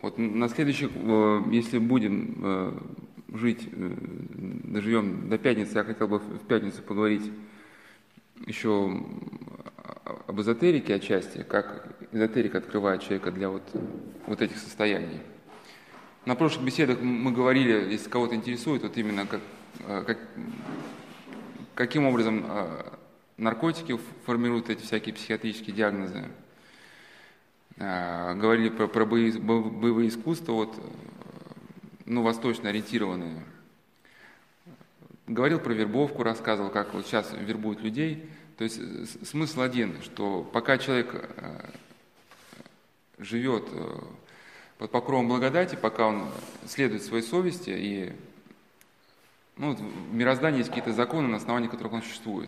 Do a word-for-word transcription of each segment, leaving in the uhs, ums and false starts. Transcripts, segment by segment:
Вот на следующих, если будем жить, доживем до пятницы, я хотел бы в пятницу поговорить еще об эзотерике отчасти, как эзотерика открывает человека для вот, вот этих состояний. На прошлых беседах мы говорили, если кого-то интересует, вот именно как, как, каким образом наркотики формируют эти всякие психиатрические диагнозы. Говорили про, про бои, боевые искусства, вот, ну, восточно ориентированные. Говорил про вербовку, рассказывал, как вот сейчас вербуют людей. То есть смысл один, что пока человек живет под покровом благодати, пока он следует своей совести, и ну, в мироздании есть какие-то законы, на основании которых он существует.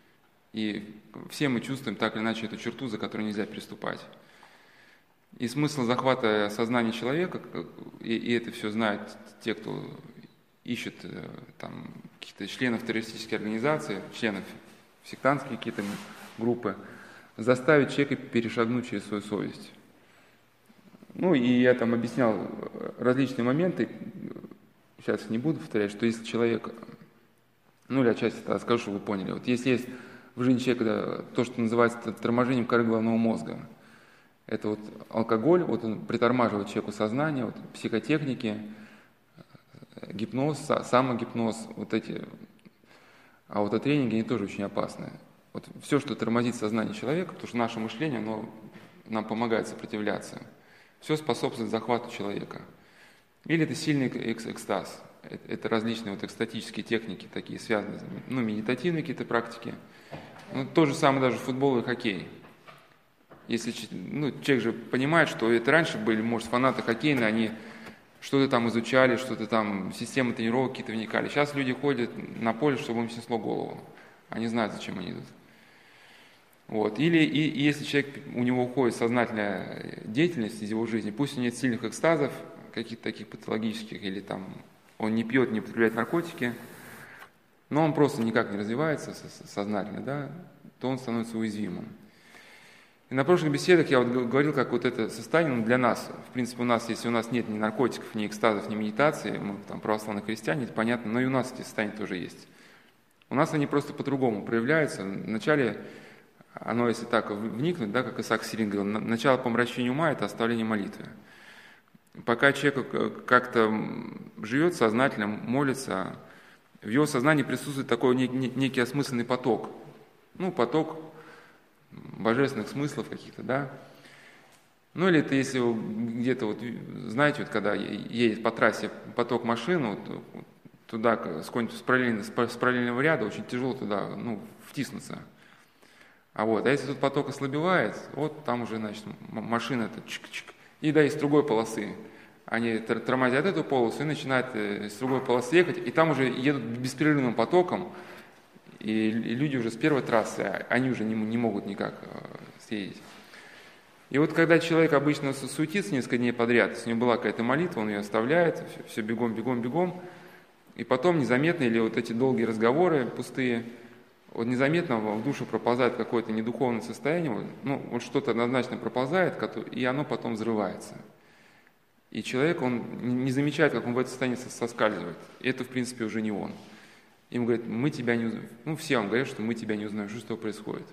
И все мы чувствуем так или иначе эту черту, за которую нельзя переступать. И смысл захвата сознания человека, и, и это все знают те, кто ищет там, каких-то членов террористических организаций, членов сектантские какие-то группы, заставить человека перешагнуть через свою совесть. Ну и я там объяснял различные моменты, сейчас не буду повторять, что если человек, ну или отчасти скажу, чтобы вы поняли, вот если есть в жизни человека то, что называется торможением коры головного мозга, это вот алкоголь, вот он притормаживает человеку сознание, вот психотехники, гипноз, самогипноз, вот эти аутотренинги, они тоже очень опасны. Вот все, что тормозит сознание человека, потому что наше мышление, оно нам помогает сопротивляться, все способствует захвату человека. Или это сильный экстаз, это различные вот экстатические техники, такие связанные, ну, медитативные какие-то практики. Ну, то же самое даже футбол и хоккей. Если ну, человек же понимает, что это раньше были, может, фанаты хоккейные, они что-то там изучали, что-то там, системы тренировок какие-то вникали. Сейчас люди ходят на поле, чтобы им снесло голову. Они знают, зачем они идут. Вот. Или и, и если человек, у него уходит сознательная деятельность из его жизни, пусть у него нет сильных экстазов, каких-то таких патологических, или там он не пьет, не употребляет наркотики, но он просто никак не развивается сознательно, да, то он становится уязвимым. И на прошлых беседах я вот говорил, как вот это состояние ну, для нас, в принципе, у нас, если у нас нет ни наркотиков, ни экстазов, ни медитации, мы там православные христиане, это понятно, но и у нас эти состояния тоже есть. У нас они просто по-другому проявляются. Вначале оно, если так вникнуть, да, как Исаак Сирин говорил, начало помрачения ума – это оставление молитвы. Пока человек как-то живет сознательно, молится, в его сознании присутствует такой некий осмысленный поток. Ну, поток божественных смыслов каких-то, да. Ну, или это если где-то, вот, знаете, вот когда едет по трассе поток машин, вот, туда, с какого-нибудь с параллельного, с параллельного ряда, очень тяжело туда, ну, втиснуться. А вот, а если тут поток ослабевает, вот там уже, значит, машина это чик-чик, и да, из другой полосы. Они тормозят эту полосу и начинают с другой полосы ехать, и там уже едут беспрерывным потоком, и люди уже с первой трассы, они уже не, не могут никак съездить. И вот когда человек обычно суетится несколько дней подряд, с него была какая-то молитва, он ее оставляет, все, все бегом, бегом, бегом, и потом незаметно, или вот эти долгие разговоры пустые, вот незаметно в душу проползает какое-то недуховное состояние, ну, вот что-то однозначно проползает, и оно потом взрывается. И человек, он не замечает, как он в это состояние соскальзывает. И это, в принципе, уже не он. Им говорят, мы тебя не узнаем. Ну, все вам говорят, что мы тебя не узнаем, что с тобой происходит.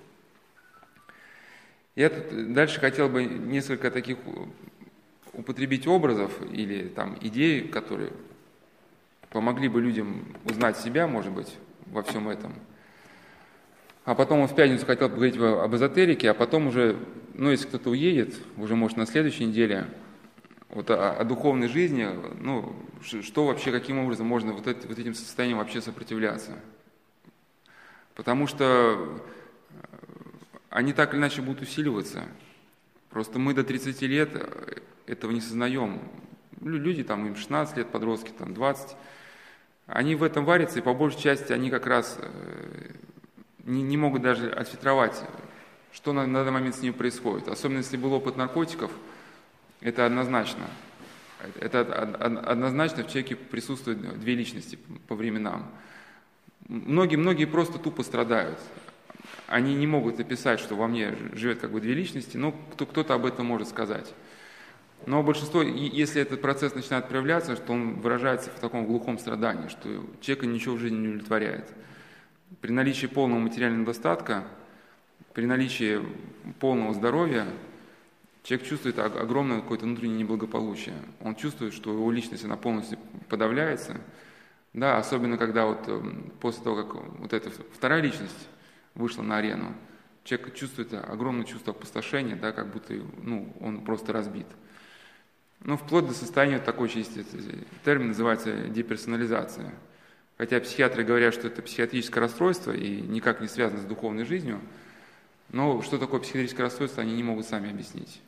Я тут дальше хотел бы несколько таких употребить образов или там идей, которые помогли бы людям узнать себя, может быть, во всем этом. А потом в пятницу хотел бы поговорить об эзотерике, а потом уже, ну, если кто-то уедет, уже, может, на следующей неделе, вот о, о духовной жизни, ну, что вообще, каким образом можно вот, это, вот этим состоянием вообще сопротивляться. Потому что они так или иначе будут усиливаться. Просто мы до тридцати лет этого не сознаем. Люди, там, им шестнадцать лет, подростки, там, двадцать, они в этом варятся, и по большей части они как раз не, не могут даже отфильтровать, что на, на данный момент с ними происходит. Особенно если был опыт наркотиков, это однозначно. Это однозначно в человеке присутствуют две личности по временам. Многие-многие просто тупо страдают. Они не могут описать, что во мне живет как бы две личности, но кто-то об этом может сказать. Но большинство, если этот процесс начинает проявляться, что он выражается в таком глухом страдании, что человека ничего в жизни не удовлетворяет. При наличии полного материального достатка, при наличии полного здоровья, человек чувствует огромное какое-то внутреннее неблагополучие. Он чувствует, что его личность, она полностью подавляется. Да, особенно когда вот после того, как вот эта вторая личность вышла на арену, человек чувствует огромное чувство опустошения, да, как будто ну, он просто разбит. Ну, вплоть до состояния такой части, термин называется деперсонализация. Хотя психиатры говорят, что это психиатрическое расстройство и никак не связано с духовной жизнью, но что такое психиатрическое расстройство, они не могут сами объяснить.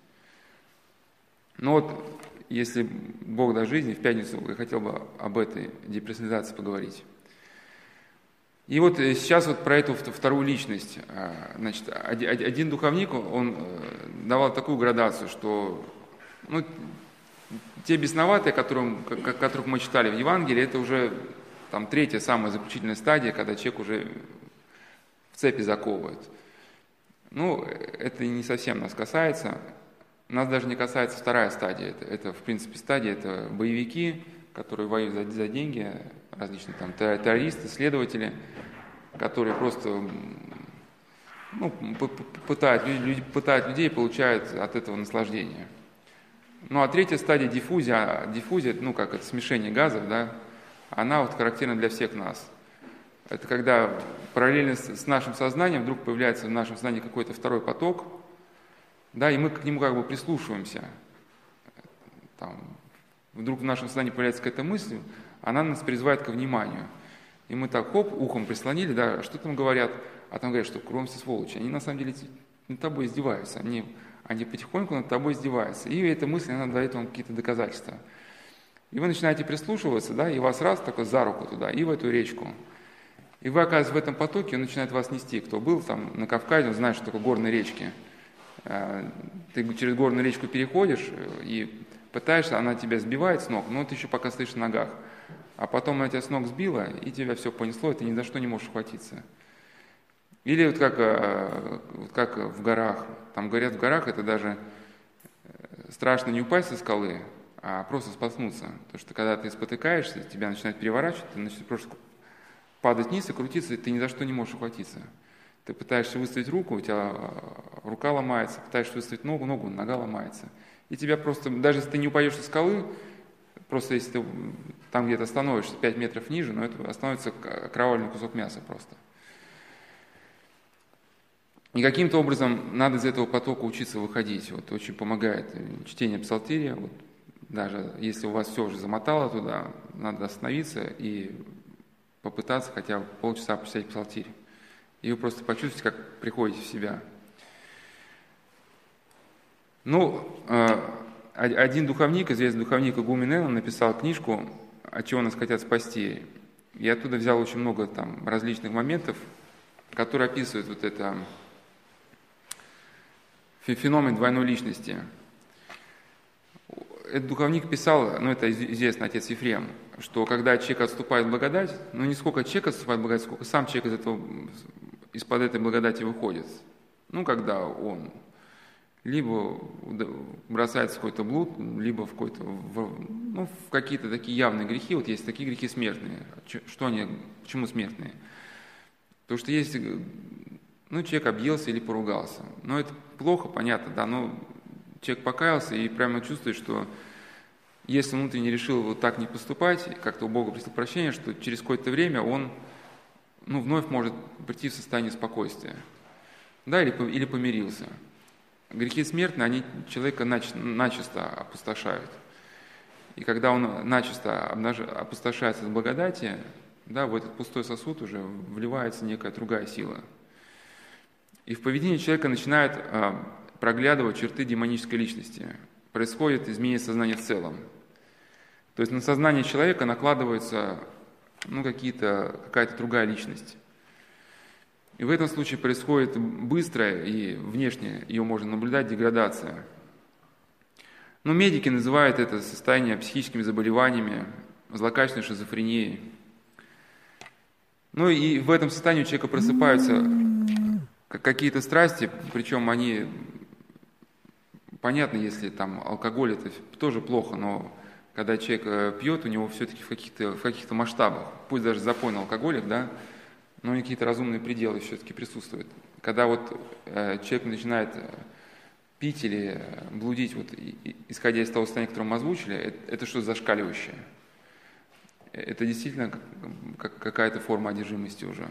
Но вот, если Бог даст жизни, в пятницу я хотел бы об этой деперсонализации поговорить. И вот сейчас вот про эту вторую личность. Значит, один духовник, он давал такую градацию, что ну, те бесноватые, которым, которых мы читали в Евангелии, это уже там, третья, самая заключительная стадия, когда человек уже в цепи заковывает. Ну, это не совсем нас касается. Нас даже не касается вторая стадия. Это, это в принципе, стадия, это боевики, которые воюют за, за деньги, различные там террористы, следователи, которые просто ну, пытают, пытают людей и получают от этого наслаждение. Ну, а третья стадия диффузия, диффузия, ну, как это, смешение газов, да, она вот характерна для всех нас. Это когда параллельно с, с нашим сознанием вдруг появляется в нашем сознании какой-то второй поток, да, и мы к нему как бы прислушиваемся. Там, вдруг в нашем сознании появляется какая-то мысль, она нас призывает ко вниманию. И мы так, хоп, ухом прислонили, да, что там говорят? А там говорят, что кроемся, сволочи. Они на самом деле над тобой издеваются, они, они потихоньку над тобой издеваются. И эта мысль, она дает вам какие-то доказательства. И вы начинаете прислушиваться, да, и вас раз такой за руку туда, и в эту речку. И вы, оказывается, в этом потоке, он начинает вас нести. Кто был там на Кавказе, он знает, что такое горные речки. Ты через горную речку переходишь и пытаешься, она тебя сбивает с ног, но ты еще пока стоишь на ногах. А потом она тебя с ног сбила, и тебя все понесло, и ты ни за что не можешь ухватиться. Или вот как, вот как в горах. Там говорят, в горах это даже страшно не упасть со скалы, а просто споткнуться. Потому что когда ты спотыкаешься, тебя начинает переворачивать, ты начинаешь просто падать вниз и крутиться, и ты ни за что не можешь ухватиться. Ты пытаешься выставить руку, у тебя рука ломается, пытаешься выставить ногу, ногу, нога ломается. И тебя просто, даже если ты не упадешь со скалы, просто если ты там где-то становишься пять метров ниже, но это становится окровавленный кусок мяса просто. И каким-то образом надо из этого потока учиться выходить. Вот очень помогает чтение псалтиря. Вот даже если у вас все уже замотало туда, надо остановиться и попытаться хотя бы полчаса почитать псалтирь. И вы просто почувствуете, как приходите в себя. Ну, один духовник, известный духовник Игумен Эннон, написал книжку «От чего нас хотят спасти». И оттуда взял очень много там различных моментов, которые описывают вот это феномен двойной личности. Этот духовник писал, ну это известный отец Ефрем, что когда человек отступает в благодать, ну не сколько человек отступает в благодать, сколько сам человек из этого, из-под этой благодати выходит. Ну, когда он либо бросается в какой-то блуд, либо в, какой-то, в, ну, в какие-то такие явные грехи. Вот есть такие грехи смертные. Что они, почему смертные? Потому что есть, ну, человек объелся или поругался. Но это плохо, понятно, да, но человек покаялся и прямо чувствует, что если внутренне решил вот так не поступать, как-то у Бога просил прощения, что через какое-то время он, ну, вновь может прийти в состояние спокойствия. Да, или, или помирился. Грехи смертные, они человека нач, начисто опустошают. И когда он начисто обнаж... опустошается от благодати, да, в этот пустой сосуд уже вливается некая другая сила. И в поведении человека начинают а, проглядывать черты демонической личности. Происходит изменение сознания в целом. То есть на сознание человека накладывается ну, какие-то, какая-то другая личность. И в этом случае происходит быстрая и внешне ее можно наблюдать деградация. Но медики называют это состояние психическими заболеваниями, злокачественной шизофренией. Ну и в этом состоянии у человека просыпаются какие-то страсти, причем они понятно, если там алкоголь, это тоже плохо, но когда человек пьет, у него все-таки в каких-то, в каких-то масштабах, пусть даже запойный алкоголик, да, но какие-то разумные пределы все-таки присутствуют. Когда вот э, человек начинает пить или блудить, вот, и, и, исходя из того состояния, которое мы озвучили, это, это что-то зашкаливающее. Это действительно как, какая-то форма одержимости уже.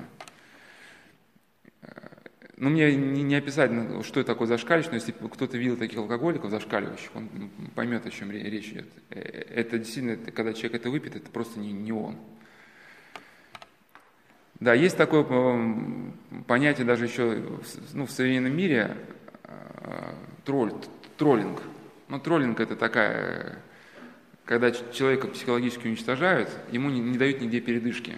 Ну, мне не, не описать, что это такое зашкаливающее, но если кто-то видел таких алкоголиков зашкаливающих, он поймет, о чем речь идет. Это действительно, это, когда человек это выпьет, это просто не, не он. Да, есть такое понятие даже еще ну, в современном мире, тролль, троллинг. Ну, троллинг это такая, когда человека психологически уничтожают, ему не, не дают нигде передышки.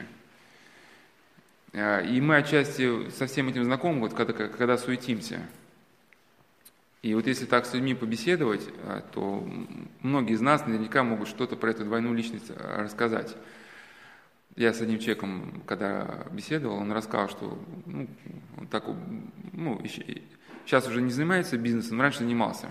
И мы отчасти со всем этим знакомы, вот когда, когда суетимся. И вот если так с людьми побеседовать, то многие из нас наверняка могут что-то про эту двойную личность рассказать. Я с одним человеком, когда беседовал, он рассказал, что ну, он так, ну, сейчас уже не занимается бизнесом, но раньше занимался.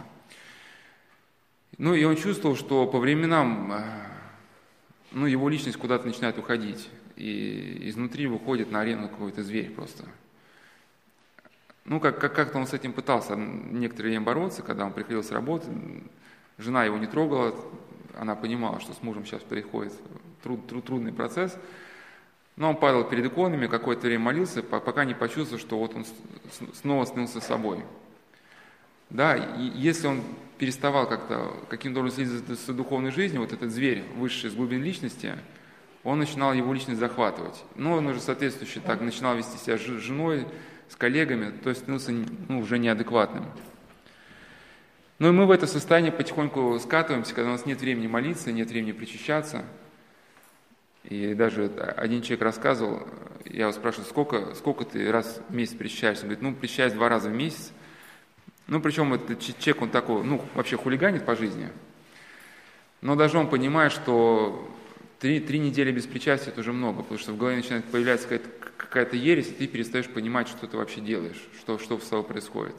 Ну и он чувствовал, что по временам ну, его личность куда-то начинает уходить. И изнутри выходит на арену какой-то зверь просто. Ну, как, как, как-то он с этим пытался некоторое время бороться, когда он приходил с работы, жена его не трогала, она понимала, что с мужем сейчас происходит труд, труд, трудный процесс, но он падал перед иконами, какое-то время молился, пока не почувствовал, что вот он снова снился собой. Да, и если он переставал как-то, каким-то образом следить за духовной жизнью, вот этот зверь, высший из глубин личности, он начинал его личность захватывать. Ну, он уже соответствующе так начинал вести себя с женой, с коллегами, то есть становился ну, уже неадекватным. Ну и мы в это состояние потихоньку скатываемся, когда у нас нет времени молиться, нет времени причащаться. И даже один человек рассказывал, я его спрашиваю, сколько, сколько ты раз в месяц причащаешься? Он говорит, ну, причащаюсь два раза в месяц. Ну, причем этот человек, он такой, ну, вообще хулиганит по жизни. Но даже он понимает, что Три, три недели без причастия – это уже много, потому что в голове начинает появляться какая-то, какая-то ересь, и ты перестаешь понимать, что ты вообще делаешь, что, что с тобой происходит.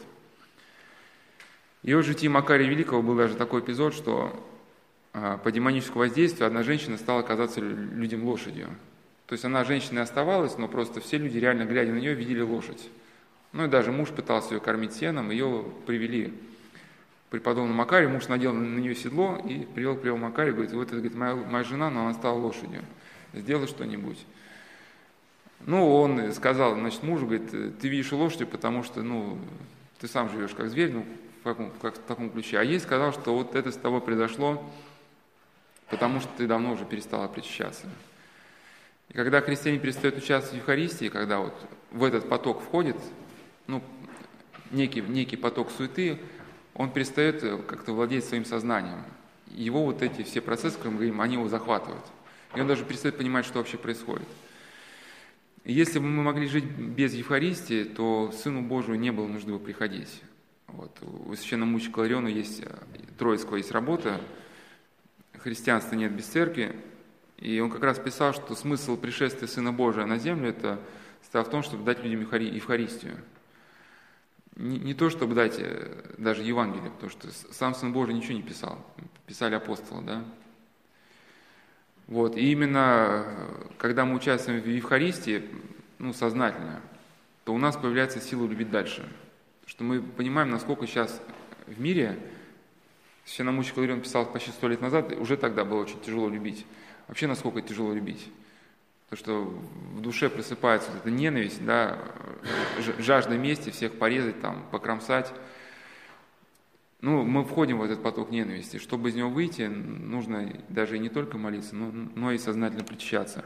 И вот в житии Макария Великого был даже такой эпизод, что а, по демоническому воздействию одна женщина стала казаться людям лошадью. То есть она женщиной оставалась, но просто все люди, реально глядя на нее, видели лошадь. Ну и даже муж пытался ее кормить сеном, ее привели преподобному Макарию, муж надел на нее седло и привел к преподобному Макарию, говорит, вот это говорит, моя, моя жена, но она стала лошадью, сделай что-нибудь. Ну, он сказал, значит, мужу, говорит, ты видишь лошадью, потому что, ну, ты сам живешь как зверь, ну, в, каком, как, в таком ключе. А ей сказал, что вот это с тобой произошло, потому что ты давно уже перестала причащаться. И когда христиане перестают участвовать в Евхаристии, когда вот в этот поток входит, ну, некий, некий поток суеты, он перестает как-то владеть своим сознанием. Его вот эти все процессы, которые мы говорим, они его захватывают. И он даже перестает понимать, что вообще происходит. И если бы мы могли жить без Евхаристии, то Сыну Божию не было нужды бы приходить. Вот. У священномученика Лариона есть, Троицкого есть работа «Христианства нет без церкви». И он как раз писал, что смысл пришествия Сына Божия на землю – это в том, чтобы дать людям Евхаристию. Не, не то, чтобы дать даже Евангелие, потому что сам Сын Божий ничего не писал, писали апостолы, да. Вот, и именно когда мы участвуем в Евхаристии, ну, сознательно, то у нас появляется сила любить дальше. Потому что мы понимаем, насколько сейчас в мире, священномученик Ларион писал почти сто лет назад, уже тогда было очень тяжело любить. Вообще, насколько тяжело любить. То, что в душе просыпается вот эта ненависть, да, жажда мести, всех порезать, там, покромсать. Ну, мы входим в этот поток ненависти. Чтобы из него выйти, нужно даже и не только молиться, но, но и сознательно причащаться.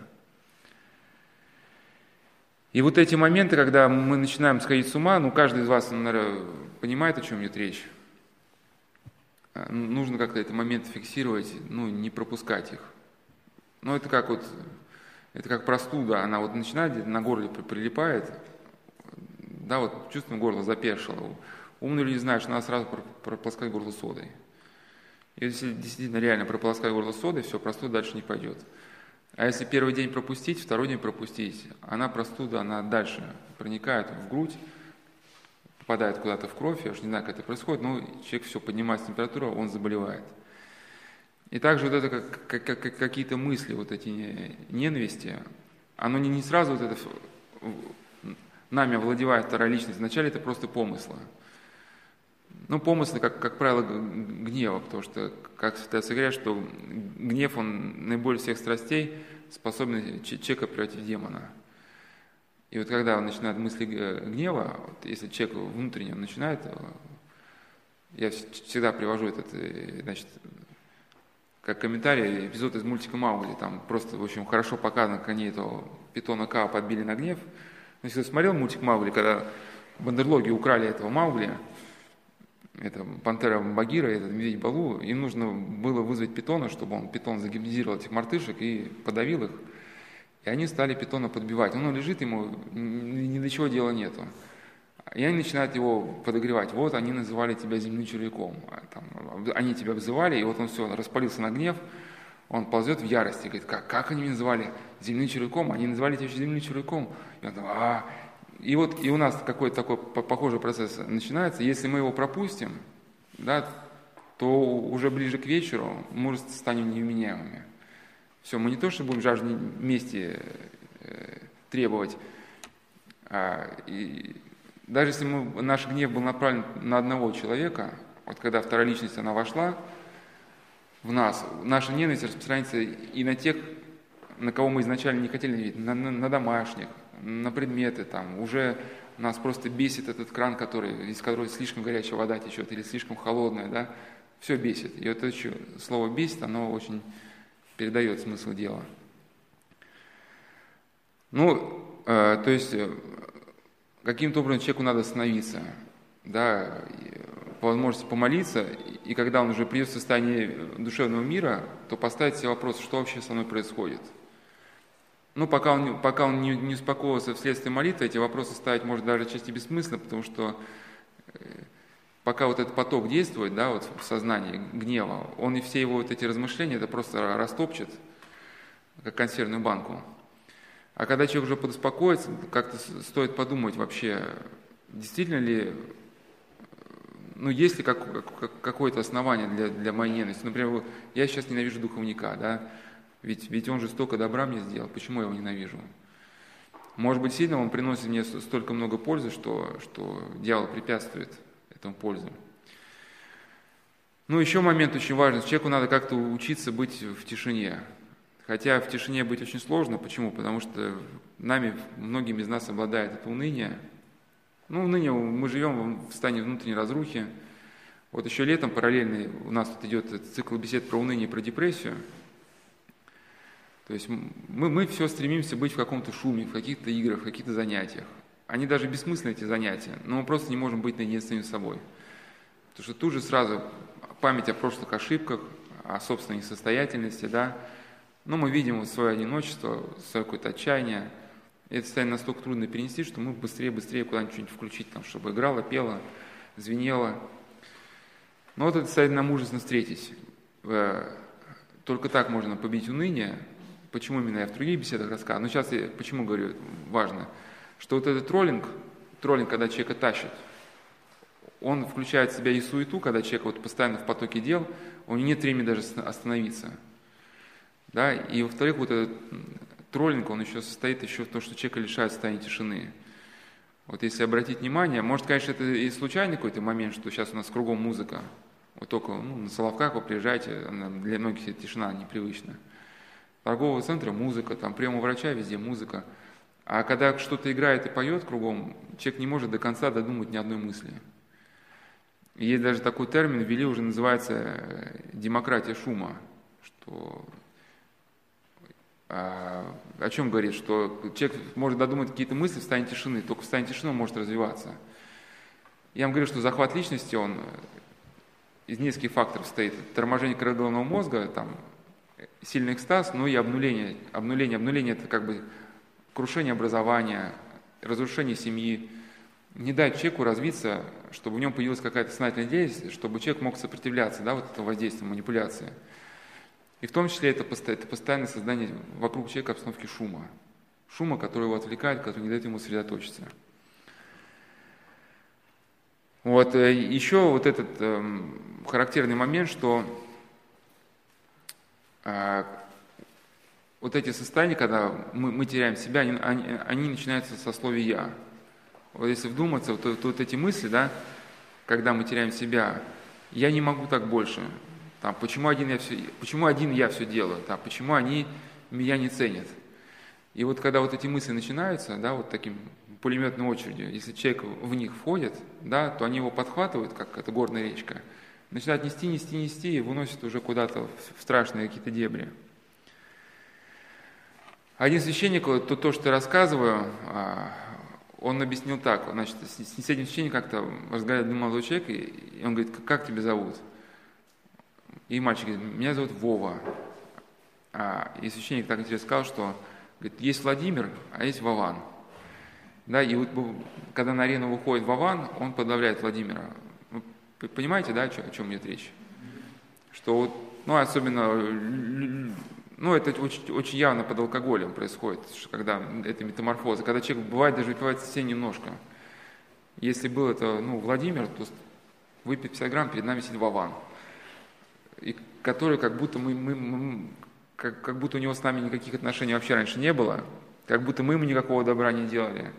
И вот эти моменты, когда мы начинаем сходить с ума, ну, каждый из вас, наверное, понимает, о чем идет речь. Нужно как-то эти моменты фиксировать, ну, не пропускать их. Ну, это как вот... Это как простуда, она вот начинает где-то на горле прилипает, да, вот чувствуем, горло запершило. Умные люди знают, что надо сразу прополоскать горло содой. И если действительно реально прополоскать горло содой, все, простуда дальше не пойдет. А если первый день пропустить, второй день пропустить, она простуда, она дальше проникает в грудь, попадает куда-то в кровь, я уж не знаю, как это происходит, но человек все поднимается температура, он заболевает. И также вот это как, как, как, какие-то мысли, вот эти ненависти, оно не, не сразу вот это нами овладевает вторая личность, вначале это просто помыслы. Ну, помыслы, как, как правило, гнева, потому что, как святые говорят, что гнев, он наиболее всех страстей способен человека превратить в демона. И вот когда он начинает мысли гнева, вот если человек внутренне начинает, я всегда привожу этот, значит, как комментарий, эпизод из мультика «Маугли», там просто, в общем, хорошо показано, как они этого питона Ка подбили на гнев. Если ты смотрел мультик «Маугли», когда бандерлоги украли этого Маугли, это пантера Багира, этот медведь Балу, им нужно было вызвать питона, чтобы он, питон загипнотизировал этих мартышек и подавил их. И они стали питона подбивать. Он лежит, ему ни до чего дела нету. И они начинают его подогревать. Вот они называли тебя земным червяком. Там, они тебя обзывали, и вот он все, распалился на гнев, он ползет в ярости. Говорит, как, как они меня называли земным червяком? Они называли тебя еще земным червяком. И он там, а И вот и у нас какой-то такой похожий процесс начинается. Если мы его пропустим, да, то уже ближе к вечеру мы уже станем невменяемыми. Все, мы не то, что будем жажду мести э, требовать, а, и даже если мы, наш гнев был направлен на одного человека, вот когда вторая личность, она вошла в нас, наша ненависть распространяется и на тех, на кого мы изначально не хотели видеть, на, на, на домашних, на предметы, там, уже нас просто бесит этот кран, который, из которого слишком горячая вода течет или слишком холодная, да, все бесит. И вот это еще слово «бесит», оно очень передает смысл дела. Ну, э, то есть, э, каким-то образом человеку надо остановиться, да, по возможности помолиться, и когда он уже придет в состояние душевного мира, то поставить себе вопрос, что вообще со мной происходит. Ну, пока он, пока он не, не успокоился вследствие молитвы, эти вопросы ставить может даже отчасти бессмысленно, потому что пока вот этот поток действует, да, вот в сознании гнева, он и все его вот эти размышления, это просто растопчет, как консервную банку. А когда человек уже подуспокоится, как-то стоит подумать вообще, действительно ли, ну, есть ли как, как, какое-то основание для, для моей ненависти. Например, я сейчас ненавижу духовника, да, ведь, ведь он же столько добра мне сделал, почему я его ненавижу? Может быть, сильно он приносит мне столько много пользы, что, что дьявол препятствует этому пользу. Ну, еще момент очень важный. Человеку надо как-то учиться быть в тишине. Хотя в тишине быть очень сложно. Почему? Потому что нами, многими из нас обладает это уныние. Ну, уныние, мы живем в состоянии внутренней разрухи. Вот еще летом параллельно у нас тут идет цикл бесед про уныние и про депрессию. То есть мы, мы все стремимся быть в каком-то шуме, в каких-то играх, в каких-то занятиях. Они даже бессмысленны, эти занятия, но мы просто не можем быть наедине с самим собой. Потому что тут же сразу память о прошлых ошибках, о собственной несостоятельности, да. Но мы видим вот свое одиночество, свое какое-то отчаяние. И это состояние настолько трудно перенести, что мы быстрее-быстрее куда-нибудь что-нибудь включить, там, чтобы играло, пело, звенело. Но вот это состояние нам мужественно встретить. Только так можно победить уныние. Почему именно я в других беседах рассказываю? Но сейчас я почему говорю, важно, что вот этот троллинг, троллинг, когда человека тащит, он включает в себя и суету, когда человек вот постоянно в потоке дел, у него нет времени даже остановиться. Да? И во-вторых, вот этот троллинг, он еще состоит еще в том, что человека лишает состояния тишины. Вот если обратить внимание, может, конечно, это и случайный какой-то момент, что сейчас у нас кругом музыка. Вот только ну, на Соловках вы приезжаете, для многих эта тишина непривычна. Торгового центра музыка, там прием у врача, везде музыка. А когда что-то играет и поет кругом, человек не может до конца додумать ни одной мысли. И есть даже такой термин, ввели, уже называется демократия шума. Что, а, о чем говорит? Что человек может додумать какие-то мысли в состоянии тишины, только в состоянии тишины он может развиваться. Я вам говорю, что захват личности, он из нескольких факторов состоит. Торможение коры головного мозга, там, сильный экстаз, но и обнуление. Обнуление, обнуление это как бы крушение образования, разрушение семьи. Не дать человеку развиться, чтобы в нем появилась какая-то сознательная деятельность, чтобы человек мог сопротивляться, да, вот этому воздействию, манипуляции. И в том числе это, это постоянное создание вокруг человека обстановки шума. Шума, который его отвлекает, который не дает ему сосредоточиться. Вот, еще вот этот э, характерный момент, что э, вот эти состояния, когда мы, мы теряем себя, они, они, они начинаются со слова «я». Вот если вдуматься, то, то вот эти мысли, да, когда мы теряем себя, я не могу так больше. Там, почему, один я все, почему один я все делаю? Там, почему они меня не ценят? И вот когда вот эти мысли начинаются, да, вот таким пулеметной очередью, если человек в них входит, да, то они его подхватывают, как эта горная речка, начинают нести, нести, нести и выносят уже куда-то в страшные какие-то дебри. Один священник, то, то что я рассказываю, он объяснил так, значит, с этим священником как-то разговаривает молодой человек, и он говорит: как тебя зовут? И мальчик говорит: меня зовут Вова. И священник так интересно сказал, что говорит, есть Владимир, а есть Вован. Да, и вот когда на арену выходит Вован, он подавляет Владимира. Вы понимаете, да, о чем идет речь? Что вот, ну, особенно, ну, это очень, очень явно под алкоголем происходит, когда это метаморфоза, когда человек, бывает, даже выпивает совсем немножко. Если был это, ну, Владимир, то выпив пятьдесят грамм, перед нами сидит Вован, и который как будто мы, мы, мы как, как будто у него с нами никаких отношений вообще раньше не было, как будто мы ему никакого добра не делали.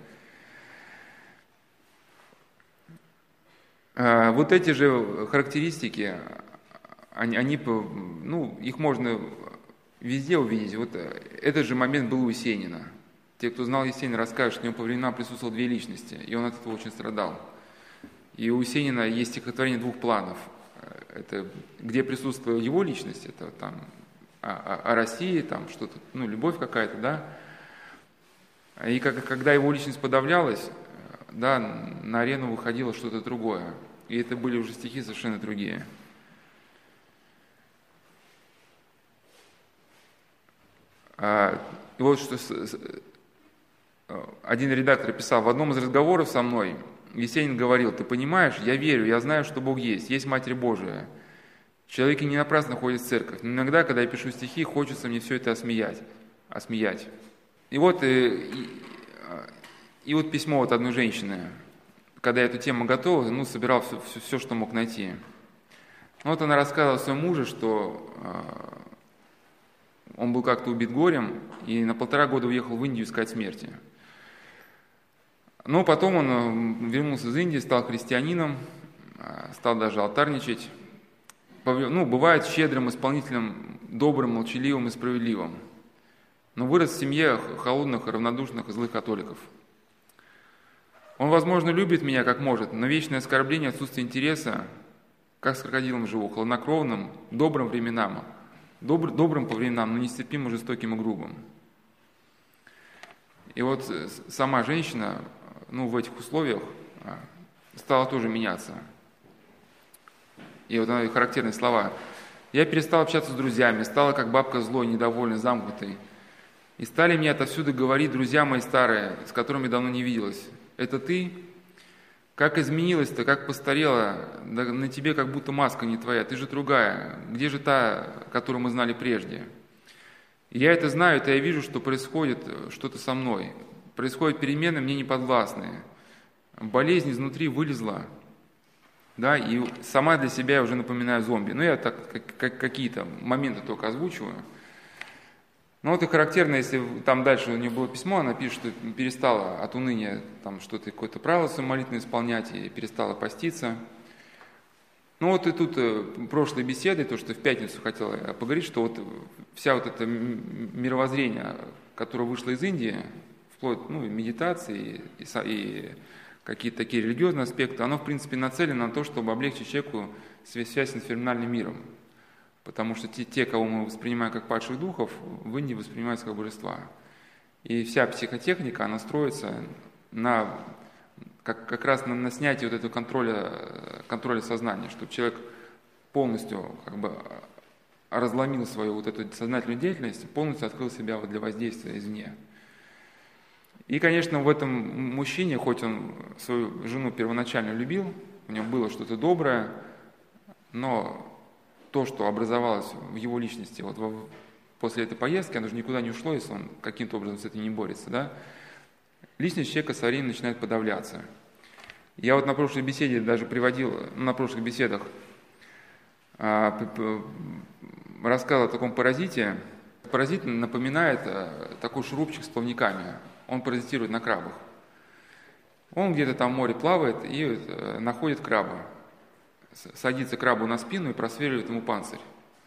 А вот эти же характеристики, они, они, ну, их можно везде увидеть. Вот этот же момент был у Есенина. Те, кто знал Есенина, расскажут, что у него по временам присутствовало две личности, и он от этого очень страдал. И у Есенина есть стихотворение двух планов. Это где присутствует его личность, это там о, о, о России, там что-то, ну, любовь какая-то, да. И как, когда его личность подавлялась, да, на арену выходило что-то другое. И это были уже стихи совершенно другие. А, и вот что один редактор писал: в одном из разговоров со мной Есенин говорил: ты понимаешь, я верю, я знаю, что Бог есть, есть Матерь Божия. Человеки не напрасно ходят в церковь, но иногда, когда я пишу стихи, хочется мне все это осмеять. осмеять. И вот, и, и, и вот письмо от одной женщины, когда я эту тему готовил, ну, собирал все, все, все, что мог найти. Вот она рассказывала о своем муже, что он был как-то убит горем и на полтора года уехал в Индию искать смерти. Но потом он вернулся из Индии, стал христианином, стал даже алтарничать. Ну, бывает щедрым, исполнителем, добрым, молчаливым и справедливым. Но вырос в семье холодных, равнодушных и злых католиков. Он, возможно, любит меня как может, но вечное оскорбление, отсутствие интереса, как с крокодилом живу, хладнокровным, добрым временам, добр, добрым по временам, но нестерпимо жестоким и грубым. И вот сама женщина, ну, в этих условиях стала тоже меняться. И вот она, характерные слова. Я перестал общаться с друзьями, стала как бабка злой, недовольной, замкнутой. И стали мне отовсюду говорить друзья мои старые, с которыми давно не виделась: это ты? Как изменилась-то, как постарела, да на тебе как будто маска не твоя, ты же другая, где же та, которую мы знали прежде? И я это знаю, это я вижу, что происходит что-то со мной, происходят перемены мне неподвластные, болезнь изнутри вылезла, да, и сама для себя я уже напоминаю зомби. Ну, я так как, как, какие-то моменты только озвучиваю. Ну, вот и характерно, если там дальше у нее было письмо, она пишет, что перестала от уныния там что-то, какое-то правило своей молитвы исполнять и перестала поститься. Ну, вот и тут прошлой беседы, то, что в пятницу хотела поговорить, что вот вся вот это мировоззрение, которое вышло из Индии, вплоть, ну, и медитации, и, и какие-то такие религиозные аспекты, оно, в принципе, нацелено на то, чтобы облегчить человеку связь с инфернальным миром. Потому что те, те, кого мы воспринимаем как падших духов, в Индии воспринимаются как божества. И вся психотехника, она строится на, как, как раз на, на снятии вот этого контроля, контроля сознания, чтобы человек полностью как бы разломил свою вот эту сознательную деятельность, полностью открыл себя вот для воздействия извне. И, конечно, в этом мужчине, хоть он свою жену первоначально любил, у него было что-то доброе, но то, что образовалось в его личности вот во, после этой поездки, оно же никуда не ушло, если он каким-то образом с этим не борется, да? Личность человека со временем начинает подавляться. Я вот на прошлой беседе даже приводил, на прошлых беседах рассказал о таком паразите. Паразит напоминает такой шурупчик с плавниками. Он паразитирует на крабах. Он где-то там в море плавает и находит краба. Садится крабу на спину и просверливает ему панцирь.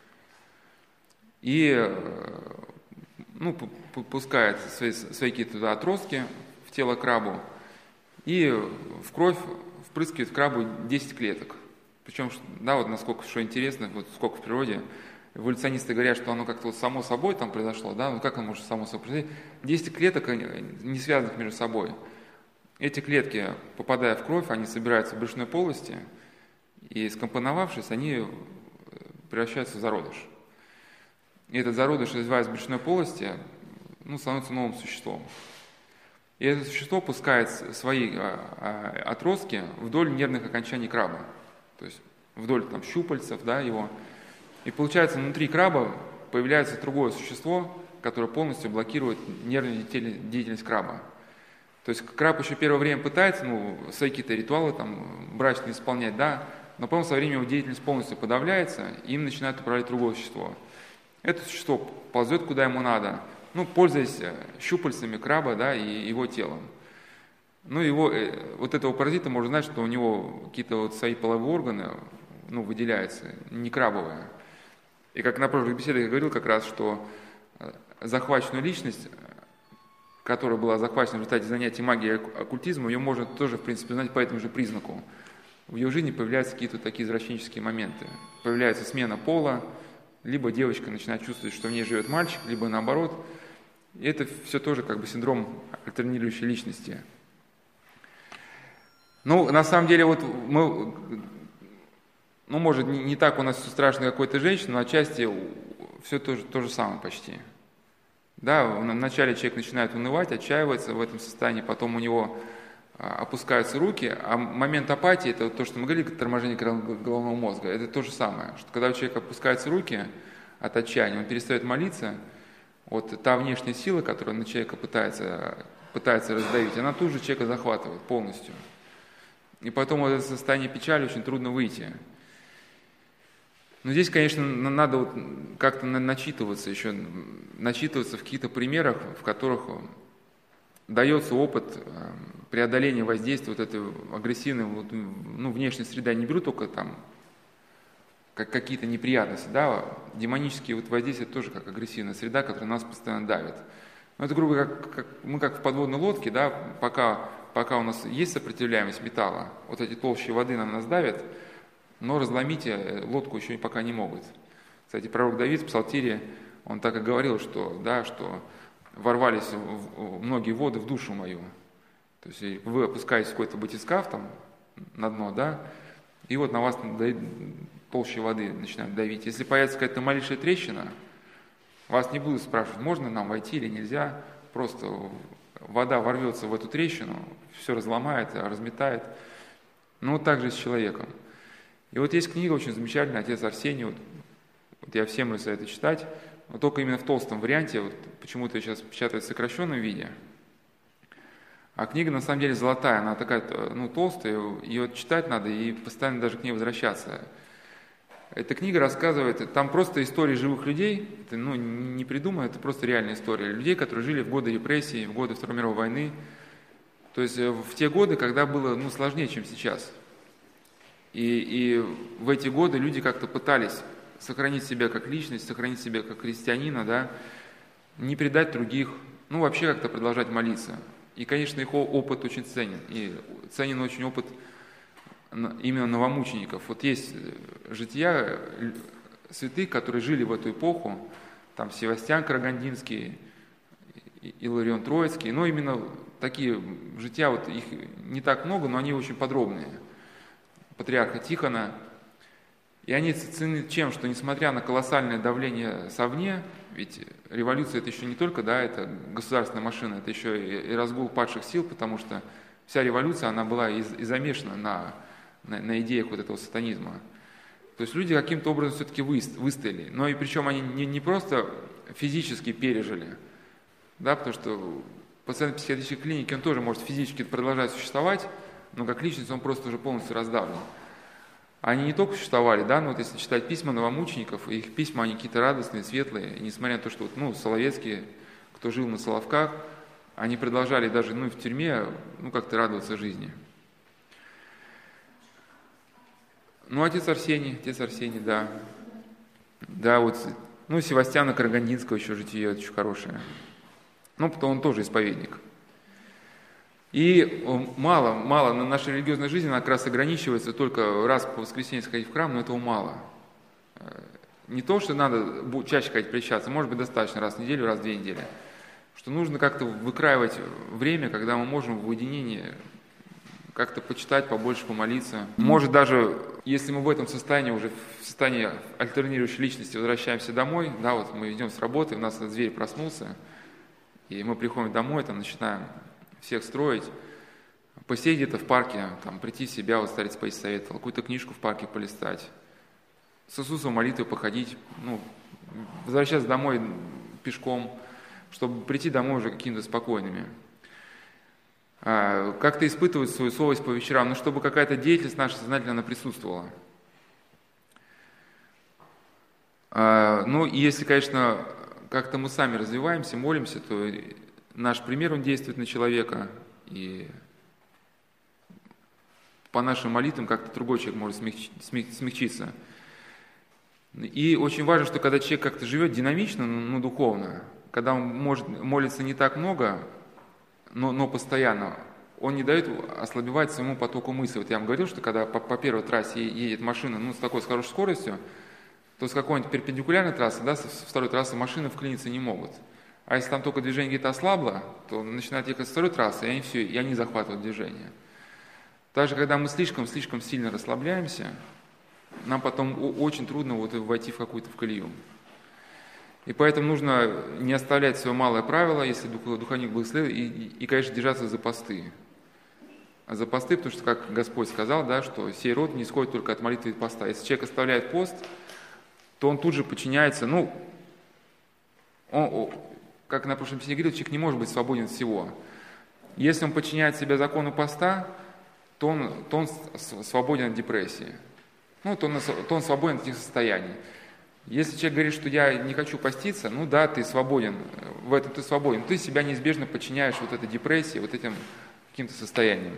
И ну, пускает свои, свои какие-то туда отростки в тело крабу и в кровь впрыскивает в крабу десять клеток. Причем, да, вот насколько, что интересно, вот сколько в природе, эволюционисты говорят, что оно как-то вот само собой там произошло, да, ну как оно может само собой произойти? десять клеток, не связанных между собой. Эти клетки, попадая в кровь, они собираются в брюшной полости, и скомпоновавшись, они превращаются в зародыш. И этот зародыш, развиваясь в брюшной полости, ну, становится новым существом. И это существо пускает свои отростки вдоль нервных окончаний краба, то есть вдоль там, щупальцев, да, его. И получается, внутри краба появляется другое существо, которое полностью блокирует нервную деятельность краба. То есть краб еще первое время пытается, ну, свои какие-то ритуалы там брачные исполнять, да, но потом со временем его деятельность полностью подавляется, и им начинает управлять другое существо. Это существо ползет куда ему надо, ну, пользуясь щупальцами краба, да, и его телом. Ну, его, вот этого паразита можно знать, что у него какие-то вот свои половые органы, ну, выделяются, не крабовые. И как на прошлых беседах я говорил как раз, что захваченную личность, которая была захвачена в результате занятий магией и оккультизмом, ее можно тоже, в принципе, знать по этому же признаку. В ее жизни появляются какие-то такие извращенческие моменты. Появляется смена пола, либо девочка начинает чувствовать, что в ней живет мальчик, либо наоборот. И это все тоже как бы синдром альтернирующей личности. Ну, на самом деле, вот мы, ну, может, не, не так у нас все страшно, как какой-то женщины, но отчасти все то же, то же самое почти. Да, вначале человек начинает унывать, отчаивается в этом состоянии, потом у него опускаются руки, а момент апатии, это вот то, что мы говорили, торможение головного мозга, это то же самое, что когда у человека опускаются руки от отчаяния, он перестает молиться, вот та внешняя сила, которая на человека пытается, пытается раздавить, она тут же человека захватывает полностью. И потом из этого состояния печали очень трудно выйти. Но здесь, конечно, надо вот как-то начитываться еще, начитываться в каких-то примерах, в которых дается опыт преодоления воздействия вот этой агрессивной, вот, ну, внешней среды. Я не беру только там как какие-то неприятности, да, демонические вот воздействия тоже как агрессивная среда, которая нас постоянно давит. Но это, грубо говоря, как, как, мы как в подводной лодке, да, пока, пока у нас есть сопротивляемость металла, вот эти толщи воды на нас давят, но разломить лодку еще пока не могут. Кстати, пророк Давид в Псалтире, он так и говорил, что, да, что ворвались в многие воды в душу мою. То есть вы опускаетесь в какой-то батискаф там на дно, да, и вот на вас толщи воды начинают давить. Если появится какая-то малейшая трещина, вас не будут спрашивать, можно нам войти или нельзя, просто вода ворвется в эту трещину, все разломает, разметает. Ну, вот так же и с человеком. И вот есть книга очень замечательная, отец Арсений, вот, вот я всем советую читать, но только именно в толстом варианте, вот почему-то сейчас печатают в сокращенном виде. А книга на самом деле золотая, она такая, ну, толстая, ее читать надо и постоянно даже к ней возвращаться. Эта книга рассказывает, там просто истории живых людей, это, ну, не придумано, это просто реальная история людей, которые жили в годы репрессий, в годы Второй мировой войны, то есть в те годы, когда было, ну, сложнее, чем сейчас. И, и в эти годы люди как-то пытались сохранить себя как личность, сохранить себя как христианина, да, не предать других, ну, вообще как-то продолжать молиться. И, конечно, их опыт очень ценен, и ценен очень опыт именно новомучеников. Вот есть жития святых, которые жили в эту эпоху, там Севастьян Карагандинский, Иларион Троицкий, но именно такие жития, вот их не так много, но они очень подробные. Патриарха Тихона. И они ценны чем? Что несмотря на колоссальное давление совне, ведь революция это еще не только, да, это государственная машина, это еще и, и разгул падших сил, потому что вся революция, она была и, и замешана на, на, на идеях вот этого сатанизма. То есть люди каким-то образом все-таки выстояли. Но и причем они не, не просто физически пережили, да, потому что пациент в психиатрической клинике, он тоже может физически продолжать существовать, но как личность он просто уже полностью раздавлен. Они не только существовали, да, но вот если читать письма новомучеников, их письма, они какие-то радостные, светлые, и несмотря на то, что, ну, Соловецкие, кто жил на Соловках, они продолжали даже, ну, и в тюрьме, ну, как-то радоваться жизни. Ну, отец Арсений, отец Арсений, да. Да, вот, ну, Севастьяна Карагандинского еще житие очень хорошее. Ну, потому он тоже исповедник. И мало, мало, наша религиозная жизнь, она как раз ограничивается только раз по воскресенье сходить в храм, но этого мало. Не то, что надо чаще ходить причащаться, может быть, достаточно раз в неделю, раз в две недели. Что нужно как-то выкраивать время, когда мы можем в уединении как-то почитать, побольше помолиться. Может, даже если мы в этом состоянии, уже в состоянии альтернирующей личности возвращаемся домой, да, вот мы идем с работы, у нас зверь проснулся, и мы приходим домой, там начинаем всех строить, посидеть где-то в парке, там, прийти в себя, вот старец Паисий советовал, какую-то книжку в парке полистать, с Иисусом молитвой походить, ну, возвращаться домой пешком, чтобы прийти домой уже какими-то спокойными. А, как-то испытывать свою совесть по вечерам, ну, чтобы какая-то деятельность наша сознательно она присутствовала. А, ну, и если, конечно, как-то мы сами развиваемся, молимся, то наш пример, он действует на человека, и по нашим молитвам как-то другой человек может смягчиться. И очень важно, что когда человек как-то живет динамично, ну, духовно, когда он может молиться не так много, но, но постоянно, он не дает ослабевать своему потоку мысли. Вот я вам говорил, что когда по, по первой трассе едет машина, ну, с такой с хорошей скоростью, то с какой-нибудь перпендикулярной трассы, да, с второй трассы машины вклиниться не могут. А если там только движение где-то ослабло, то начинает ехать с второй трассы, и они все, и они захватывают движение. Также, когда мы слишком-слишком сильно расслабляемся, нам потом очень трудно вот войти в какую-то в колею. И поэтому нужно не оставлять свое малое правило, если духовник благословит, и, и, и, конечно, держаться за посты. А за посты, потому что, как Господь сказал, да, что сей род не исходит только от молитвы и поста. Если человек оставляет пост, то он тут же подчиняется, ну, он, как на прошлом песне говорил, человек не может быть свободен от всего. Если он подчиняет себя закону поста, то он, то он свободен от депрессии. Ну, то он, то он свободен от этих состояний. Если человек говорит, что я не хочу поститься, ну да, ты свободен, в этом ты свободен, ты себя неизбежно подчиняешь вот этой депрессии, вот этим каким-то состояниям.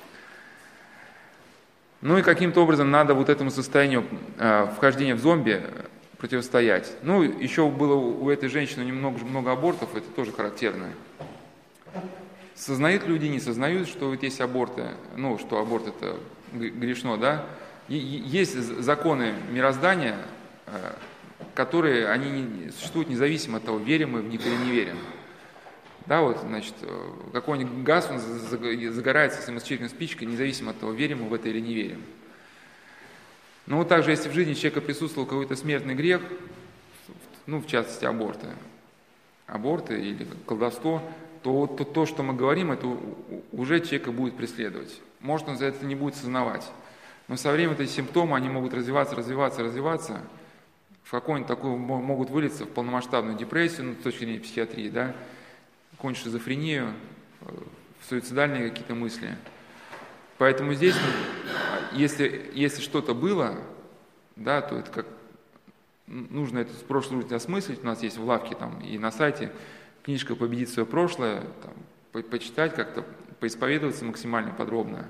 Ну и каким-то образом надо вот этому состоянию э, вхождения в зомби противостоять. Ну, еще было у этой женщины немного много абортов, это тоже характерно. Сознают люди, не сознают, что вот есть аборты, ну, что аборт это грешно, да. И, есть законы мироздания, э, которые они не, существуют независимо от того, верим мы в них или не верим. Да, вот, значит, какой-нибудь газ, он загорается самосчетной спичкой, независимо от того, верим мы в это или не верим. Ну, вот также, если в жизни человека присутствовал какой-то смертный грех, ну, в частности, аборты, аборты или колдовство, то, то то, что мы говорим, это уже человека будет преследовать. Может, он за это не будет сознавать. Но со временем эти симптомы, они могут развиваться, развиваться, развиваться, в какую-нибудь такую могут вылиться в полномасштабную депрессию, ну, с точки зрения психиатрии, да, какую-нибудь шизофрению, в суицидальные какие-то мысли. Поэтому здесь, если, если что-то было, да, то это как нужно это в прошлую жизнь осмыслить. У нас есть в лавке там, и на сайте книжка «Победить свое прошлое», там, по почитать как-то, поисповедоваться максимально подробно.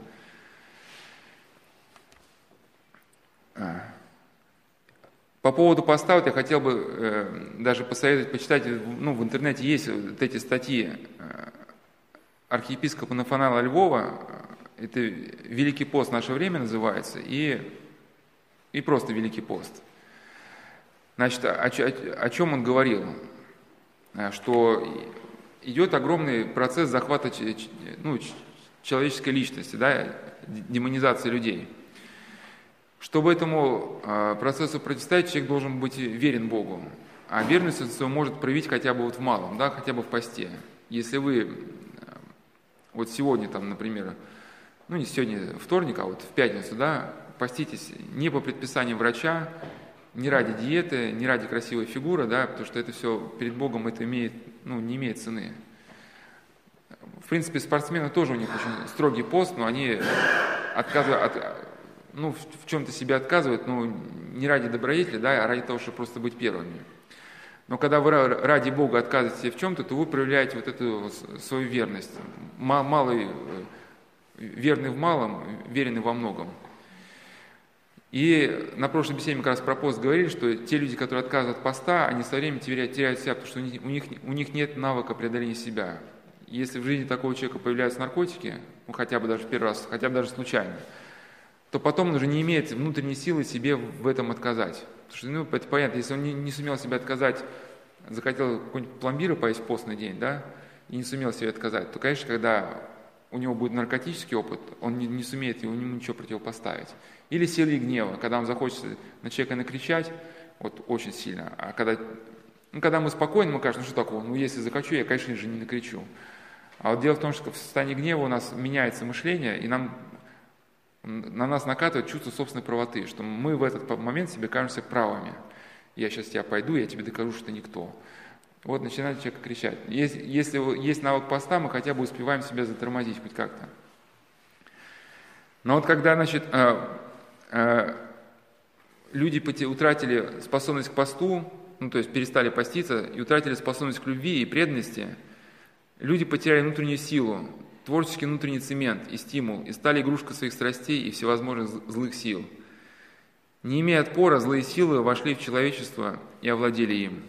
По поводу поста, вот я хотел бы э, даже посоветовать почитать, ну, в интернете есть вот эти статьи э, архиепископа Нафанаила Львова, это «Великий пост в наше время» называется, и, и просто «Великий пост». Значит, о, о, о чем он говорил? Что идет огромный процесс захвата ну, человеческой личности, да, демонизации людей. Чтобы этому процессу противостоять, человек должен быть верен Богу. А верность свою может проявить хотя бы вот в малом, да, хотя бы в посте. Если вы вот сегодня, там, например, ну не сегодня вторник, а вот в пятницу, да, поститесь не по предписанию врача, не ради диеты, не ради красивой фигуры, да, потому что это все перед Богом это имеет, ну, не имеет цены. принципе, спортсмены тоже, у них очень строгий пост, но они отказывают, от, ну, в, в чем-то себе отказывают, но не ради добродетели, да, а ради того, чтобы просто быть первыми. Но когда вы ради Бога отказываете себе в чем-то, то вы проявляете вот эту свою верность. Малый, верный в малом, веренный во многом. И на прошлой беседе мы как раз про пост говорили, что те люди, которые отказывают от поста, они со временем теряют, теряют себя, потому что у них, у них нет навыка преодоления себя. Если в жизни такого человека появляются наркотики, ну хотя бы даже в первый раз, хотя бы даже случайно, то потом он уже не имеет внутренней силы себе в этом отказать. Потому что, ну, это понятно, если он не, не сумел себе отказать, захотел какой-нибудь пломбира поесть в постный день, да, и не сумел себе отказать, то, конечно, когда у него будет наркотический опыт, он не, не сумеет ему ничего противопоставить. Или силой гнева, когда он захочет на человека накричать, вот очень сильно, а когда, ну, когда мы спокойны, мы кажется, ну что такого, ну если захочу, я, конечно же, не накричу. А вот дело в том, что в состоянии гнева у нас меняется мышление, и нам, на нас накатывает чувство собственной правоты, что мы в этот момент себе кажемся правыми. Я сейчас тебя пойду, я тебе докажу, что ты никто. Вот начинает человек кричать. Если, если есть навык поста, мы хотя бы успеваем себя затормозить хоть как-то. Но вот когда, значит, э, э, люди утратили способность к посту, ну то есть перестали поститься и утратили способность к любви и преданности, люди потеряли внутреннюю силу, творческий внутренний цемент и стимул, и стали игрушкой своих страстей и всевозможных злых сил. Не имея отпора, злые силы вошли в человечество и овладели им.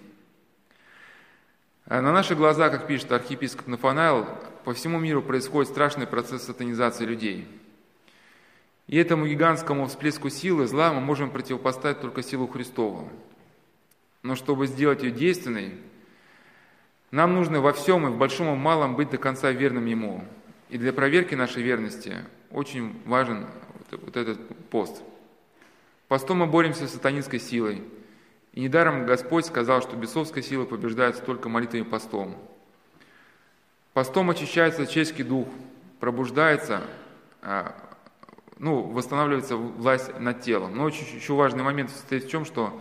А на наших глазах, как пишет архиепископ Нафанаил, по всему миру происходит страшный процесс сатанизации людей. И этому гигантскому всплеску силы зла мы можем противопоставить только силу Христову. Но чтобы сделать ее действенной, нам нужно во всем и в большом и в малом быть до конца верным Ему. И для проверки нашей верности очень важен вот этот пост. Постом мы боремся с сатанинской силой. И недаром Господь сказал, что бесовская сила побеждается только молитвой и постом. Постом очищается человеческий дух, пробуждается, ну, восстанавливается власть над телом. Но очень еще важный момент состоит в чем, что,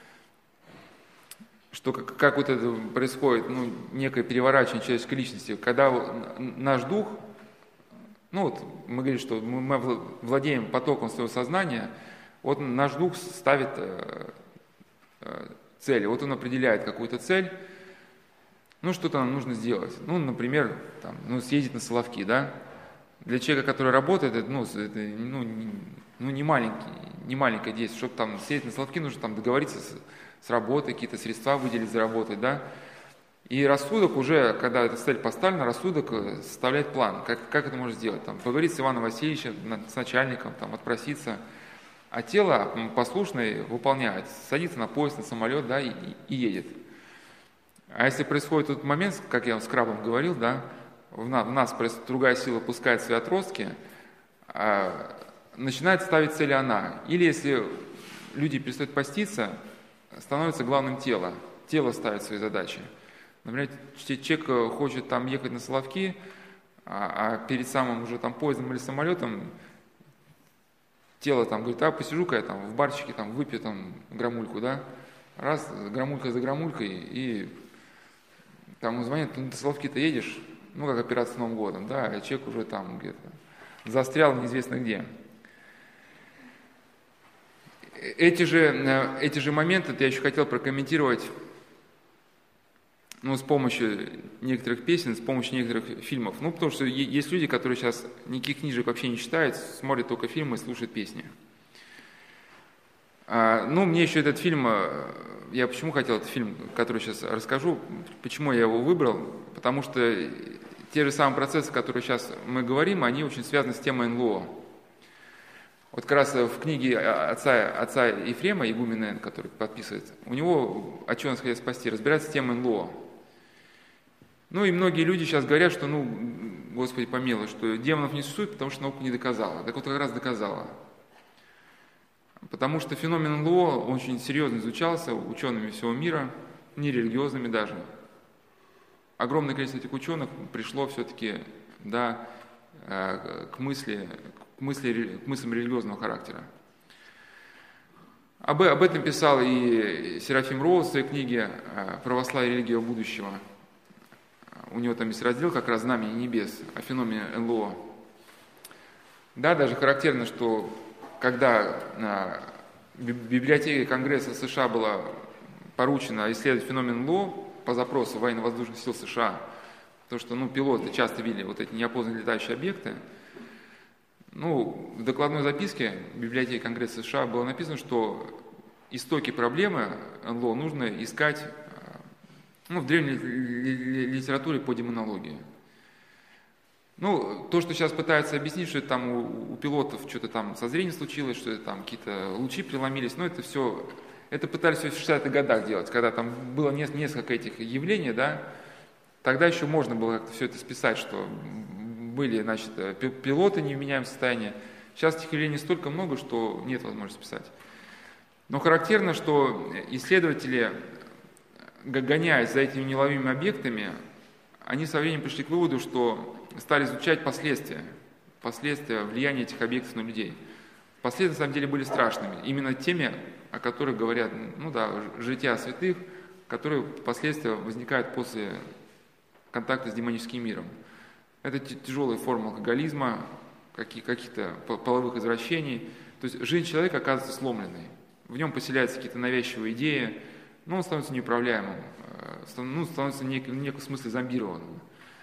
что как, как вот это происходит, ну, некое переворачивание человеческой личности, когда наш дух, ну вот мы говорим, что мы владеем потоком своего сознания, вот наш дух ставит цели. Вот он определяет какую-то цель, ну, что-то нам нужно сделать. Ну, например, там, ну, съездить на Соловки, да. Для человека, который работает, это, ну, это, ну, не, ну, не, маленький, не маленькое действие. Чтобы там съездить на Соловки, нужно там договориться с, с работой, какие-то средства выделить, заработать, да. И рассудок уже, когда эта цель поставлена, рассудок составляет план, как, как это можно сделать. Там, поговорить с Иваном Васильевичем, с начальником, там, отпроситься. А тело послушное выполняет, садится на поезд, на самолет, да, и, и едет. А если происходит тот момент, как я вам с крабом говорил, да, в нас, в нас другая сила пускает свои отростки, а, начинает ставить цели она. Или если люди перестают поститься, становится главным тело. Тело ставит свои задачи. Например, человек хочет там ехать на Соловки, а, а перед самым уже там поездом или самолетом тело там говорит, а посижу-ка я там в барчике, там выпью там грамульку, да, раз, грамулька за грамулькой, и там звонят, ну ты Соловки-то едешь, ну как операция с Новым годом, да, а человек уже там где-то застрял неизвестно где. Эти же, эти же моменты я еще хотел прокомментировать, ну, с помощью некоторых песен, с помощью некоторых фильмов. Ну, потому что есть люди, которые сейчас никаких книжек вообще не читают, смотрят только фильмы и слушают песни. А, ну, мне еще этот фильм, я почему хотел этот фильм, который сейчас расскажу, почему я его выбрал, потому что те же самые процессы, которые сейчас мы говорим, они очень связаны с темой эн эл о. Вот как раз в книге отца, отца Ефрема, игумена, который подписывает, у него «От чего нас хотят спасти» разбирается тема эн эл о. Ну и многие люди сейчас говорят, что, ну, Господи помилуй, что демонов не существует, потому что наука не доказала. Так вот как раз доказала. Потому что феномен эн эл о очень серьезно изучался учеными всего мира, нерелигиозными даже. Огромное количество этих ученых пришло все-таки, да, к мысли, к мысли, к мыслям религиозного характера. Об, об этом писал и Серафим Роуз в своей книге «Православие и религия будущего». у него там есть раздел как раз «Знамение небес» о феномене эн эл о. Да, даже характерно, что когда библиотеке Конгресса США было поручено исследовать феномен эн эл о по запросу военно-воздушных сил США, потому что ну, пилоты часто видели вот эти неопознанные летающие объекты, ну, в докладной записке библиотеки Конгресса США было написано, что истоки проблемы эн эл о нужно искать ну, в древней литературе по демонологии. Ну, то, что сейчас пытаются объяснить, что это там у, у пилотов что-то там со зрением случилось, что это там какие-то лучи преломились, но это все, это пытались в шестидесятых годах делать, когда там было несколько этих явлений, да, тогда еще можно было как-то все это списать, что были, значит, пилоты не в невменяемом состоянии. Сейчас этих явлений столько много, что нет возможности списать. Но характерно, что исследователи, гоняясь за этими неловимыми объектами, они со временем пришли к выводу, что стали изучать последствия, последствия влияния этих объектов на людей. Последствия, на самом деле, были страшными. Именно теми, о которых говорят, ну да, жития святых, которые последствия возникают после контакта с демоническим миром. Это тяжелая форма алкоголизма, каких-то половых извращений. То есть жизнь человека оказывается сломленной. В нем поселяются какие-то навязчивые идеи, но он становится неуправляемым, ну, становится в неком смысле зомбированным.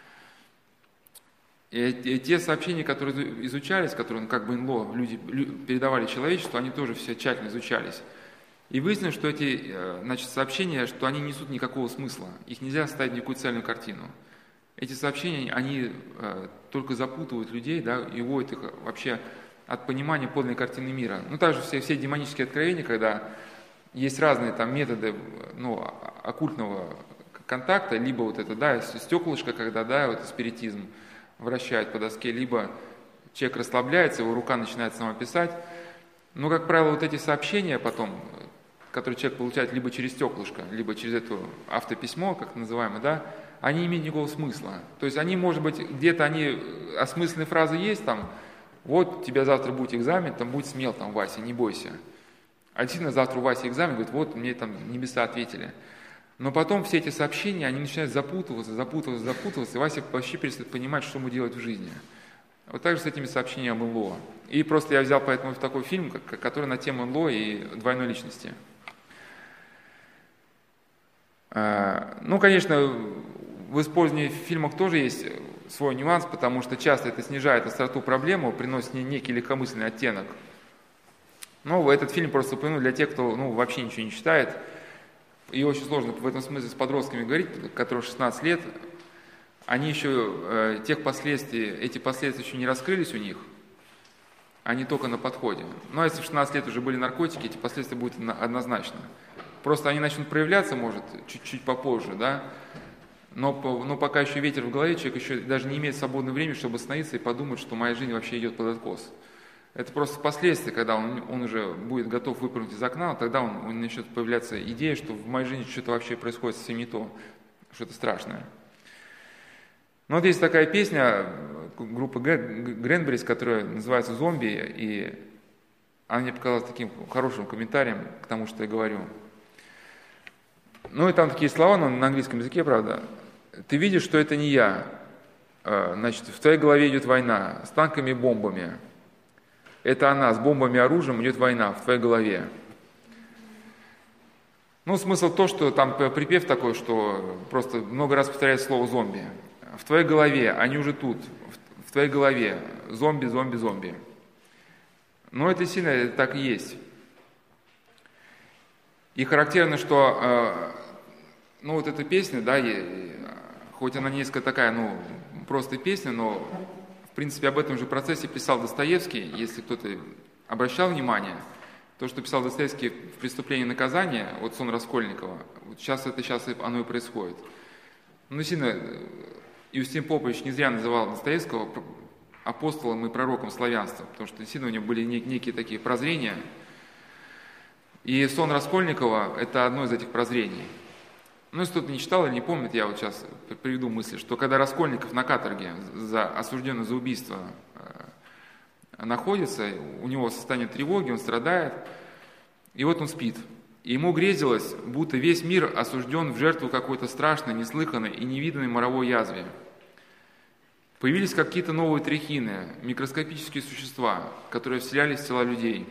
И те сообщения, которые изучались, которые, ну, как бы эн эл о люди передавали человечеству, они тоже все тщательно изучались. И выяснилось, что эти, значит, сообщения, что они не несут никакого смысла, их нельзя ставить в никакую цельную картину. Эти сообщения, они э, только запутывают людей, да, и уводят их вообще от понимания подлинной картины мира. Ну, также все, все демонические откровения, когда есть разные там методы, ну, оккультного контакта, либо вот это, да, стеклышко, когда, да, вот спиритизм вращает по доске, либо человек расслабляется, его рука начинает сама писать. Но, как правило, вот эти сообщения потом, которые человек получает либо через стеклышко, либо через это автописьмо, как называемое, да, они не имеют никакого смысла. То есть они, может быть, где-то они, осмысленные фразы есть, там, вот, у тебя завтра будет экзамен, там, будь смел, там, Вася, не бойся. А действительно, завтра у Васи экзамен, говорит, вот, мне там небеса ответили. Но потом все эти сообщения, они начинают запутываться, запутываться, запутываться, и Вася вообще перестает понимать, что ему делать в жизни. Вот так же с этими сообщениями эн эл о. И просто я взял поэтому такой фильм, который на тему эн эл о и двойной личности. Ну, конечно, в использовании в фильмах тоже есть свой нюанс, потому что часто это снижает остроту проблемы, приносит некий легкомысленный оттенок. Но этот фильм просто упомяну для тех, кто ну, вообще ничего не читает. И очень сложно в этом смысле с подростками говорить, которым шестнадцать лет. Они еще, э, тех последствий, эти последствия еще не раскрылись у них, они только на подходе. Но если в шестнадцать лет уже были наркотики, эти последствия будут однозначно. Просто они начнут проявляться, может, чуть-чуть попозже, да, но, но пока еще ветер в голове, человек еще даже не имеет свободного времени, чтобы остановиться и подумать, что моя жизнь вообще идет под откос. Это просто впоследствии, когда он, он уже будет готов выпрыгнуть из окна, тогда он, он начнет появляться идея, что в моей жизни что-то вообще происходит совсем не то, что-то страшное. Ну вот есть такая песня группы Грэнберис, которая называется «Зомби», и она мне показалась таким хорошим комментарием к тому, что я говорю. Ну и там такие слова, но на английском языке, правда. «Ты видишь, что это не я. Значит, в твоей голове идет война с танками и бомбами. Это она, с бомбами и оружием идет война в твоей голове». Ну, смысл то, что там припев такой, что просто много раз повторяет слово «зомби». В твоей голове, они уже тут, в твоей голове, зомби, зомби, зомби. Но это сильно это так и есть. И характерно, что, ну, вот эта песня, да, хоть она несколько такая, ну, просто песня, но, в принципе, об этом же процессе писал Достоевский, если кто-то обращал внимание, то, что писал Достоевский в «Преступлении и наказание», вот «Сон Раскольникова», вот сейчас это сейчас оно и происходит. Ну, сильно Иустин Попович не зря называл Достоевского апостолом и пророком славянства, потому что действительно у него были некие такие прозрения. И «Сон Раскольникова» — это одно из этих прозрений. Ну, если кто-то не читал или не помнит, я вот сейчас приведу мысль, что когда Раскольников на каторге, за, осужденный за убийство, находится, у него состояние тревоги, он страдает, и вот он спит. И и ему грезилось, будто весь мир осужден в жертву какой-то страшной, неслыханной и невиданной моровой язве. Появились какие-то новые трихины, микроскопические существа, которые вселялись в тела людей.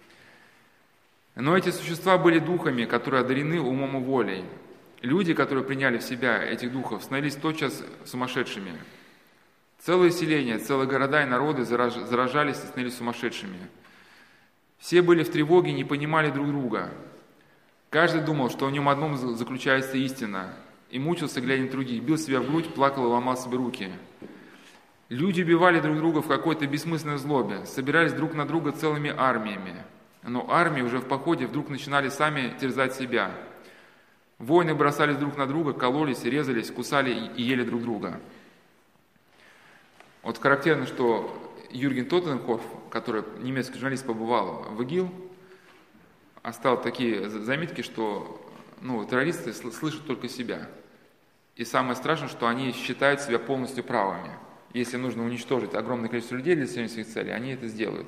Но эти существа были духами, которые одарены умом и волей. Люди, которые приняли в себя этих духов, становились тотчас сумасшедшими. Целые селения, целые города и народы заражались и становились сумасшедшими. Все были в тревоге и не понимали друг друга. Каждый думал, что в нем одном заключается истина, и мучился, глядя на других, бил себя в грудь, плакал и ломал себе руки. Люди убивали друг друга в какой-то бессмысленной злобе, собирались друг на друга целыми армиями. Но армии уже в походе вдруг начинали сами терзать себя. Воины бросались друг на друга, кололись, резались, кусали и ели друг друга. Вот характерно, что Юрген Тоттенхоф, который немецкий журналист, побывал в ИГИЛ, оставил такие заметки, что ну, террористы слышат только себя. И самое страшное, что они считают себя полностью правыми. Если нужно уничтожить огромное количество людей для достижения своих целей, они это сделают.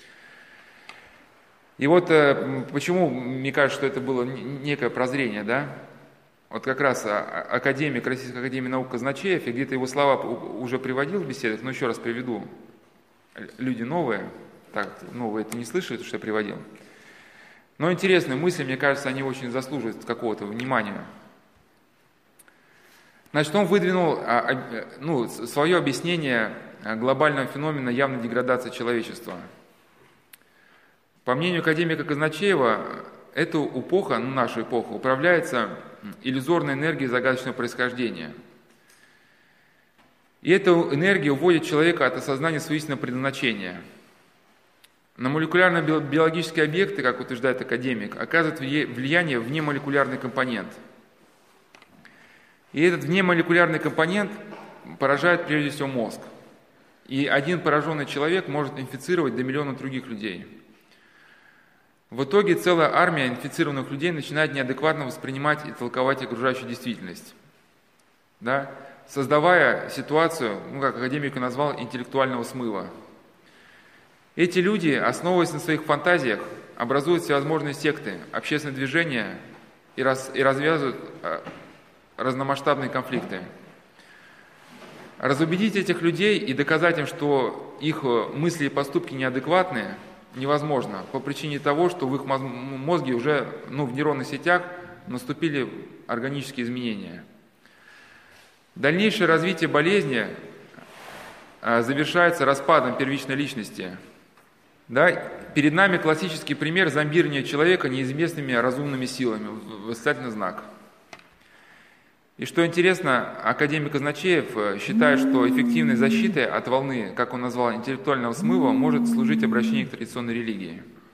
И вот почему, мне кажется, что это было некое прозрение, да? Вот как раз академик Российской академии наук Казначеев, и где-то его слова уже приводил в беседах, но еще раз приведу. Люди новые, так, новые это не слышат, что я приводил. Но интересные мысли, мне кажется, они очень заслуживают какого-то внимания. Значит, он выдвинул ну, свое объяснение глобального феномена явной деградации человечества. По мнению академика Казначеева, эта эпоха, ну, наша эпоха, управляется иллюзорной энергией загадочного происхождения. И эта энергия уводит человека от осознания своего истинного предназначения. На молекулярно-биологические объекты, как утверждает академик, оказывает влияние внемолекулярный компонент. И этот внемолекулярный компонент поражает прежде всего мозг. И один пораженный человек может инфицировать до миллиона других людей. В итоге целая армия инфицированных людей начинает неадекватно воспринимать и толковать окружающую действительность, да? Создавая ситуацию, ну, как академик назвал, интеллектуального смыва. Эти люди, основываясь на своих фантазиях, образуют всевозможные секты, общественные движения и, раз, и развязывают разномасштабные конфликты. Разубедить этих людей и доказать им, что их мысли и поступки неадекватные, невозможно, по причине того, что в их мозге уже, ну, в нейронных сетях наступили органические изменения. Дальнейшее развитие болезни завершается распадом первичной личности. Да? Перед нами классический пример зомбирования человека неизвестными разумными силами, восклицательный знак. И что интересно, академик Казначеев считает, что эффективной защитой от волны, как он назвал, интеллектуального смыва, может служить обращение к традиционной религии.